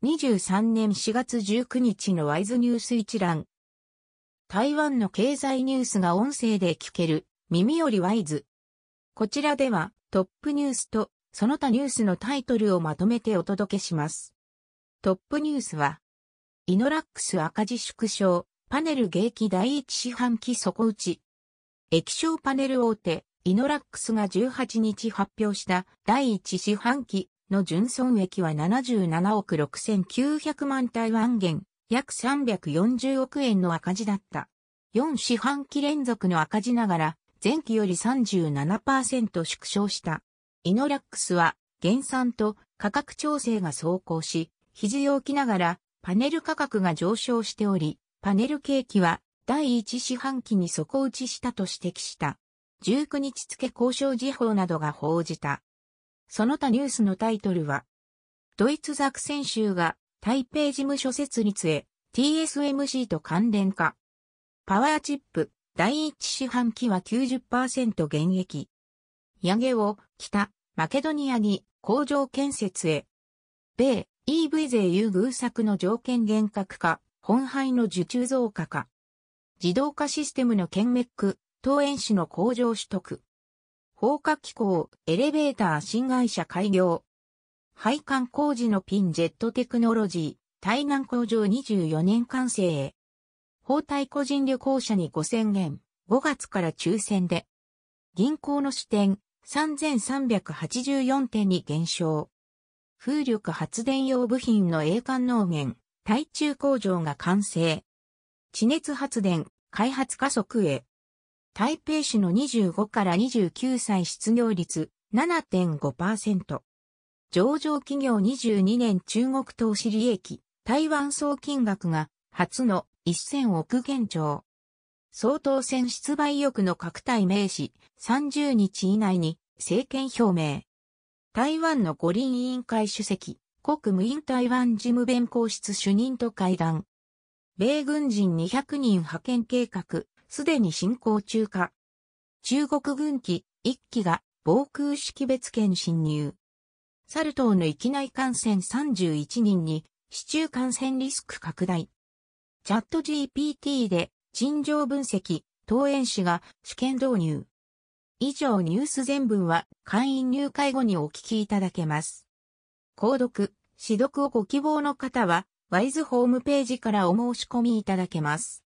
2023年4月19日のワイズニュース一覧。台湾の経済ニュースが音声で聞ける、耳よりワイズ。こちらではトップニュースとその他ニュースのタイトルをまとめてお届けします。トップニュースは、イノラックス赤字縮小、パネル景気第一四半期底打ち。液晶パネル大手、イノラックスが18日発表した第一四半期の純損益は77億6900万台湾元、約340億円の赤字だった。4四半期連続の赤字ながら、前期より 37% 縮小した。イノラックスは、減産と価格調整が走行し、肘を置きながら、パネル価格が上昇しており、パネル景気は、第一四半期に底打ちしたと指摘した。19日付交渉時報などが報じた。その他ニュースのタイトルは、ドイツザクセン州が台北事務所設立へ TSMC と関連化。パワーチップ第一四半期は 90% 減益。ヤゲを北マケドニアに工場建設へ。米 EV 税優遇策の条件厳格化、本廃の受注増加か。自動化システムのケンメック、東園市の工場取得。放火機構、エレベーター新会社開業。配管工事のピンジェットテクノロジー、台南工場24年完成へ。包帯個人旅行者に5000円、5月から抽選で。銀行の支店、3384店に減少。風力発電用部品の栄冠農源、台中工場が完成。地熱発電、開発加速へ。台北市の25から29歳失業率 7.5%。上場企業22年中国投資利益、台湾総金額が初の1000億元超。総統選出馬意欲の拡大明示、30日以内に政権表明。台湾の五輪委員会主席、国務院台湾事務弁公室主任と会談。米軍人200人派遣計画。すでに進行中か。中国軍機1機が防空識別圏侵入。サル痘の域内感染31人に市中感染リスク拡大。チャット GPT で陳情分析、東園市が試験導入。以上ニュース全文は会員入会後にお聞きいただけます。購読、試読をご希望の方はワイズホームページからお申し込みいただけます。